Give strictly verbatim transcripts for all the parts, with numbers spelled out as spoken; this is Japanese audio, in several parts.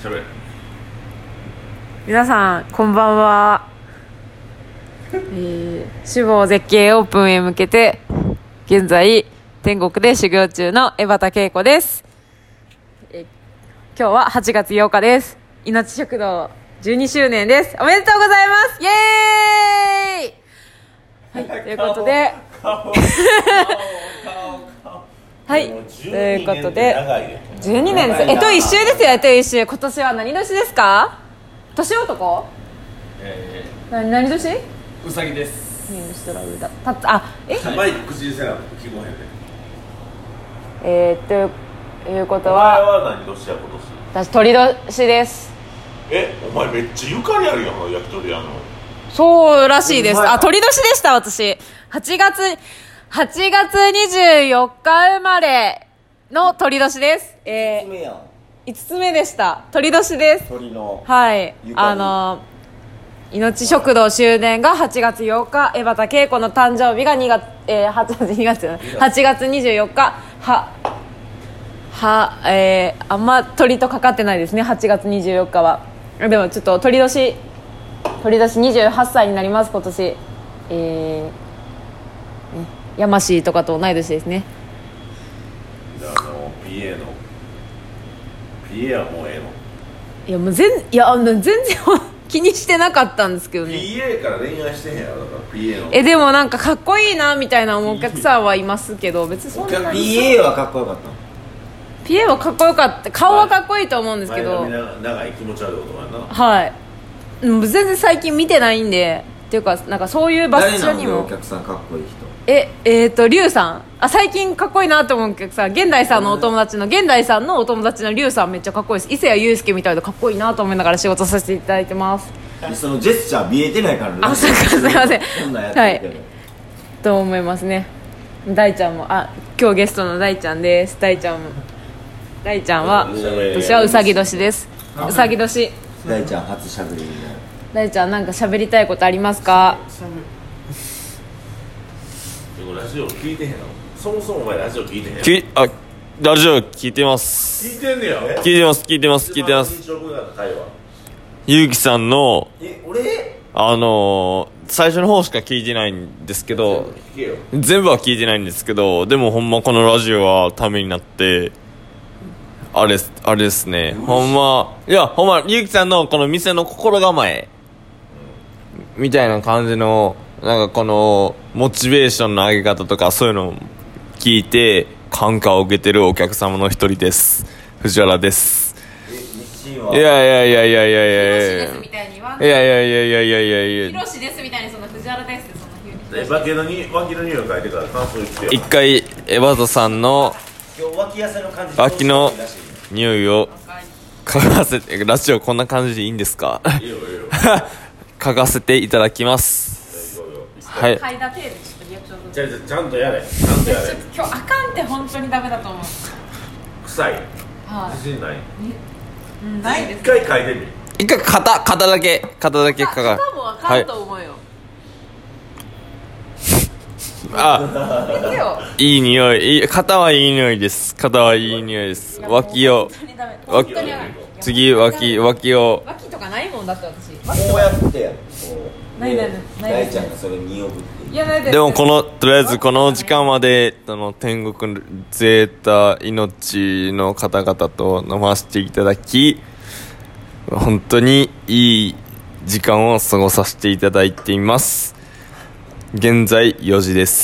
しゃべれ。 皆さんこんばんは、えー、志望絶景オープンへ向けて現在天国で修行中の江端恵子です。えー、今日ははちがつようかです。いのち食堂じゅうにしゅうねんです。おめでとうございます。イエーイ、はい、ということではいということでじゅうにねんです。えと一周ですよ。えと一周。今年は何年ですか？年男？ えー、何何年？ うさぎです。 たつあえマイク口にせな聞こえんえー、ということはお前は何年や今年？私鳥年です。 えお前めっちゃゆかりあるやん。焼き鳥やんの。 そうらしいです。あ鳥年でした。私はちがつはちがつにじゅうよっか生まれの鳥年です。えー、いつつめやん。いつつめでした。鳥年です。 鳥のはいあのいのち食堂周年がはちがつようか、江端恵子の誕生日がにがつ、えー、はちがつにがつはちがつにじゅうよっかはは、えー、あんま鳥とかかってないですね。はちがつにじゅうよっかはでもちょっと鳥年鳥年にじゅうはっさいになります今年。えー、ね、やましいとかと同い年ですね。 あの ピーエー の ピーエー はもうええの？ いやもう全いや全然気にしてなかったんですけどね。 ピーエー から恋愛してへんやろ。だから ピーエー のえでもなんかかっこいいなみたいな思うお客さんはいますけど別にそんなにピーエー はかっこよかったの？ ピーエー はかっこよかった。顔はかっこいいと思うんですけど、 前髪長い気持ち悪い男やな。 はいもう全然最近見てないんでっていうかなんかそういう場所にもお客さんかっこいい人。 ええーとリュウさんあ最近かっこいいなと思うお客さん現代さんのお友達の現代さんのお友達のリュウさんめっちゃかっこいいです。伊勢谷友介みたいでかっこいいなと思いながら仕事させていただいてます。 そのジェスチャー見えてないからあすいませんすいませんこんなんやってるけど、 はいと思いますね。大ちゃんもあ今日ゲストの大ちゃんです。大ちゃんも大ちゃんは今年はうさぎ年です。うさぎ年。 大ちゃん初しゃべりになる。 大ちゃんなんか喋りたいことありますか？ ラジオ聞いてへんの？そもそもお前ラジオ聞いてへんの？ きあラジオ聞いてます。 聞いてんねや。 聞いてます聞いてます聞いてます。ゆうきさんのえ俺あのー、最初の方しか聞いてないんですけど全部は聞いてないんですけどでもほんまこのラジオはためになってあれあれですね。ほんまいやほんまゆうきさんのこの店の心構えみたいな感じのなんかこのモチベーションの上げ方とかそういうのを聞いて感化を受けてるお客様の一人です。藤原です。いやいやいやいやいやいやいやいやいやいやいやいやいやいやいやひろしですみたいにその藤原ですそのえ脇のに脇の匂い嗅いでから感想言ってよ。 一回エバゾさんの今日脇汗の感じ脇の匂いを嗅がせてラジオこんな感じでいいんですか？ いいよいいよ嗅がせていただきます。はい。 嗅いだ程度ちょっとリアクションちゃちゃんとやれちゃんとやれ。 今日あかんって本当にダメだと思う。 臭いはい自信ない？ うん、ないです。 一回嗅いでみ。 一回肩肩だけ肩だけ嗅が肩もあかんと思うよ。 あいい匂いいい肩はいい匂いです。肩はいい匂いです。脇を脇次脇脇を脇とかないもんだって私。 こうやってやる。 ないないない大ちゃんがそれに呼ぶっていう。 いやないでもこのとりあえずこの時間まであの天国ゼータ命の方々と飲ませていただき本当にいい時間を過ごさせていただいています。現在よじです。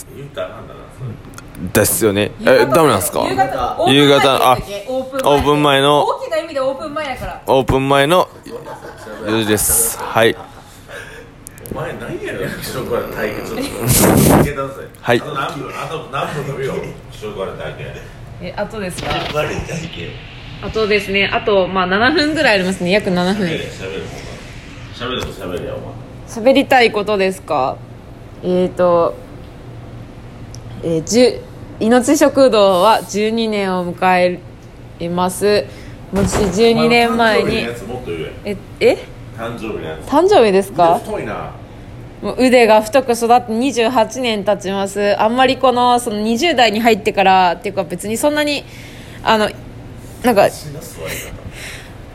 言ったらなんだなそれ。 ですよね。えダメなんですか？ 夕方夕方あオーオープン前の大きな意味でオープン前やからオープン前のよじです。はい。 お前何やろ気色悪い対決。はい。あと何分あと何分伸びよ気色悪い体験。 えあとですか？ 悪い体験。 あとですねあとまあななふんぐらいありますね。約ななふん。 喋る喋ると喋るやお前。 喋りたいことですか？えーと、えー、じゅいのち食堂はじゅうにねんを迎えますもしじゅうにねんまえにええ誕生日のやつ誕生日ですか？ 太いな。 もう腕が太く育ってにじゅうはちねん経ちます。あんまりこのそのにじゅう代に入ってからっていうか別にそんなにあのなんか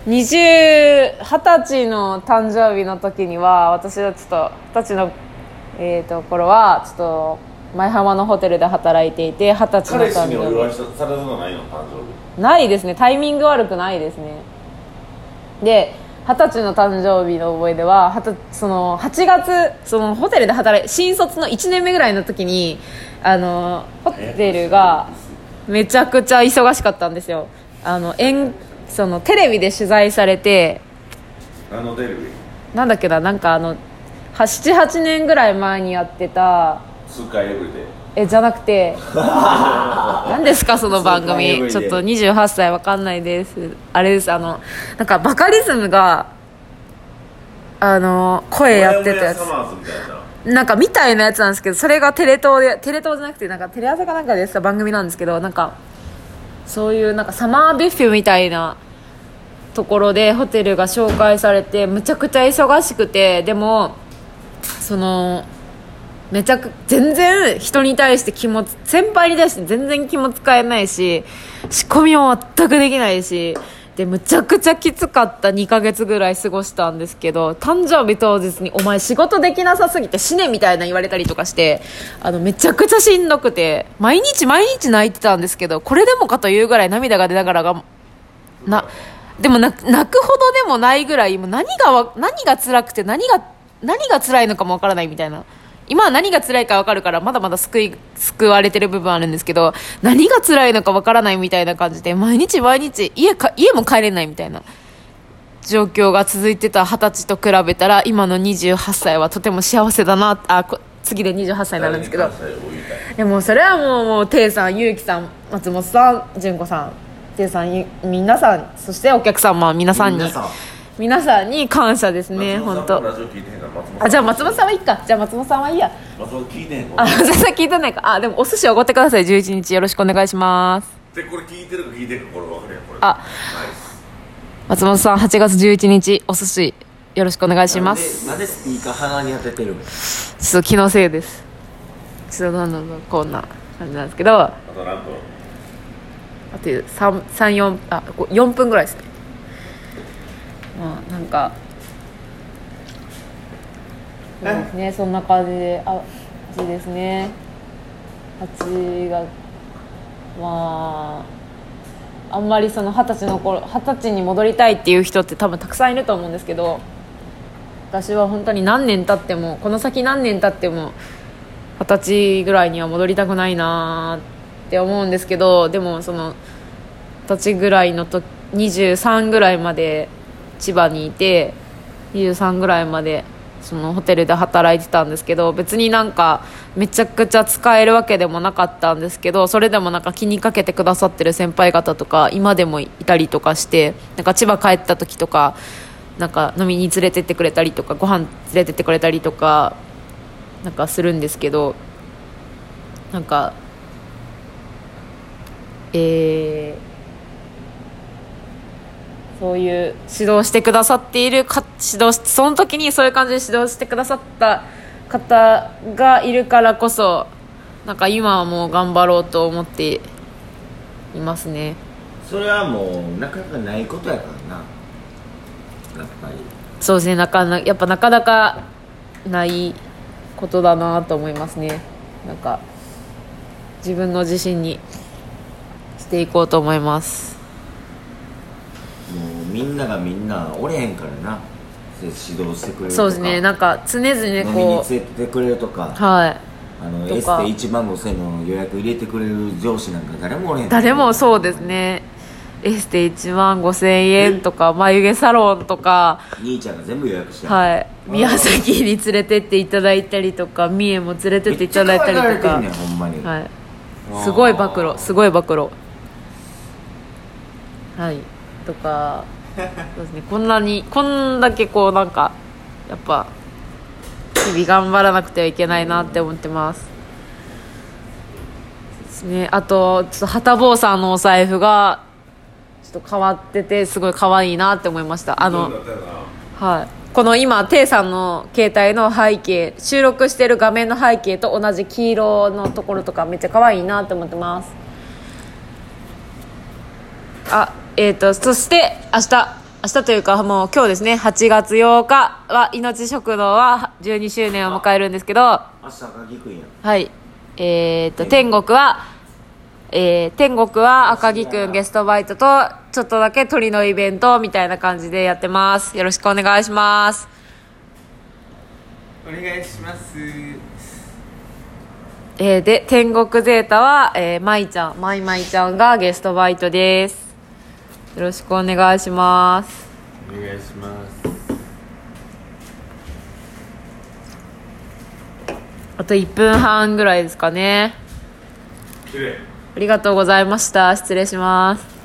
にじゅう、はたちの誕生日の時には私はちょっとはたちの、えー、と頃はちょっと舞浜のホテルで働いていて、はたちの誕生日彼氏にお祝いされるのないの？誕生日ないですね。タイミング悪くないですね。ではたちの誕生日の思い出ははたそのはちがつそのホテルで働い新卒のいちねんめぐらいの時にあのホテルがめちゃくちゃ忙しかったんですよ。あの遠そのテレビで取材されて、 あのテレビなんだっけな、なんかあのななはちねんぐらい前にやってた数回エブリデイえじゃなくて何ですかその番そうかエブリデイ組、ちょっとにじゅうはっさいわかんないです。あれです、あのなんかバカリズムがあの声やってたやつ、 サマーズみたいななんかみたいなやつなんですけど、それがテレ東でテレ東じゃなくてなんかテレ朝かなんかでやってた番組なんですけど、なんかそういうなんかサマービュッフェみたいなところでホテルが紹介されて、むちゃくちゃ忙しくて、でもそのめちゃく全然人に対して気も先輩に対して全然気も使えないし、仕込みも全くできないしで、むちゃくちゃきつかったにかげつぐらい過ごしたんですけど、誕生日当日にお前仕事できなさすぎて死ねみたいな言われたりとかして、あのめちゃくちゃしんどくて毎日毎日泣いてたんですけど、これでもかというぐらい涙が出ながらがなでもな泣くほどでもないぐらい、もう何がわ何が辛くて何が何が辛いのかもわからないみたいな。今は何が辛いか分かるからまだまだ救い救われてる部分あるんですけど、何が辛いのか分からないみたいな感じで毎日毎日 家, か家も帰れないみたいな状況が続いてたはたちと比べたら、今のにじゅうはっさいはとても幸せだなあ。こ次でにじゅうはっさいになるんですけど、でもそれはもうもうテイさん、ゆうきさん、松本さん、純子さん、テイさん、皆さん、そしてお客様皆さんに皆さん皆さんに感謝ですね。本当。あ、じゃあ松本さんはいいか。じゃあ松本さんはいいや。 松本聞いてへんあ、松本さん聞いてないか。あ、でもお寿司おごってください。じゅういちにちよろしくお願いします。 でこれ聞いてるか聞いてるかこれ分かるやんこれ。 あ、松本さんはちがつじゅういちにちお寿司よろしくお願いします。 なんでなんでスピーカー鼻に当ててるの？ ちょっと気のせいです。ちょっとなんだろうこんな感じなんですけど、ああと何分？ とさん、よん、あ、よんぷんぐらいですね。まあなんかそうですね、そんな感じで、あ、そうですね。はちがまああんまりその二十歳の頃二十歳に戻りたいっていう人って多分たくさんいると思うんですけど、私は本当に何年経ってもこの先何年経っても二十歳ぐらいには戻りたくないなって思うんですけど、でもその二十歳ぐらいのとにじゅうさんぐらいまで千葉にいて、にじゅうさんぐらいまでそのホテルで働いてたんですけど、別になんかめちゃくちゃ使えるわけでもなかったんですけど、それでもなんか気にかけてくださってる先輩方とか今でもいたりとかして、なんか千葉帰った時とかなんか飲みに連れてってくれたりとかご飯連れてってくれたりとかなんかするんですけど、なんかえーそういう指導してくださっているか指導しその時にそういう感じで指導してくださった方がいるからこそ、なんか今はもう頑張ろうと思っていますね。 それはもうなかなかないことやからな、やっぱり。 そうですね、なかなやっぱなかなかないことだなと思いますね。なんか自分の自信にしていこうと思います。 もうみんながみんなおれへんからな、指導してくれるとか。 そうですね、なんか常々こう飲みに連れてってくれるとか、 はいあのとかエステいちまんごせんの予約入れてくれる上司なんか誰もおれへん。 誰もそうですね、エステいちまんごせんえんとか眉毛サロンとか、 兄ちゃんが全部予約してはい宮崎に連れてっていただいたりとか、三重も連れてっていただいたりとか、 めっちゃ可愛がられてんねんほんまに、 はい、すごい暴露すごい暴露はいとかそうですね、こんなにこんだけこうなんかやっぱ日々頑張らなくてはいけないなって思ってますですね。あとちょっとはたぼうさんのお財布がちょっと変わっててすごい可愛いなって思いました。あの、はい、この今テイさんの携帯の背景、収録してる画面の背景と同じ黄色のところとかめっちゃ可愛いなって思ってます。あ、えーとそして明日明明日というかもう今日ですね、はちがつようかはいのち食堂はじゅうにしゅうねんを迎えるんですけど、 明日赤木くんや。 はいえー、っと天国はえー、天国は赤木くんゲストバイトとちょっとだけ鳥のイベントみたいな感じでやってます。よろしくお願いします。 お願いします。 えー、で天国ゼータは、えー、まいちゃんまいまいちゃんがゲストバイトです。よろしくお願いします。 お願いします。 あといっぷんはんぐらいですかね。 綺麗。 ありがとうございました。失礼します。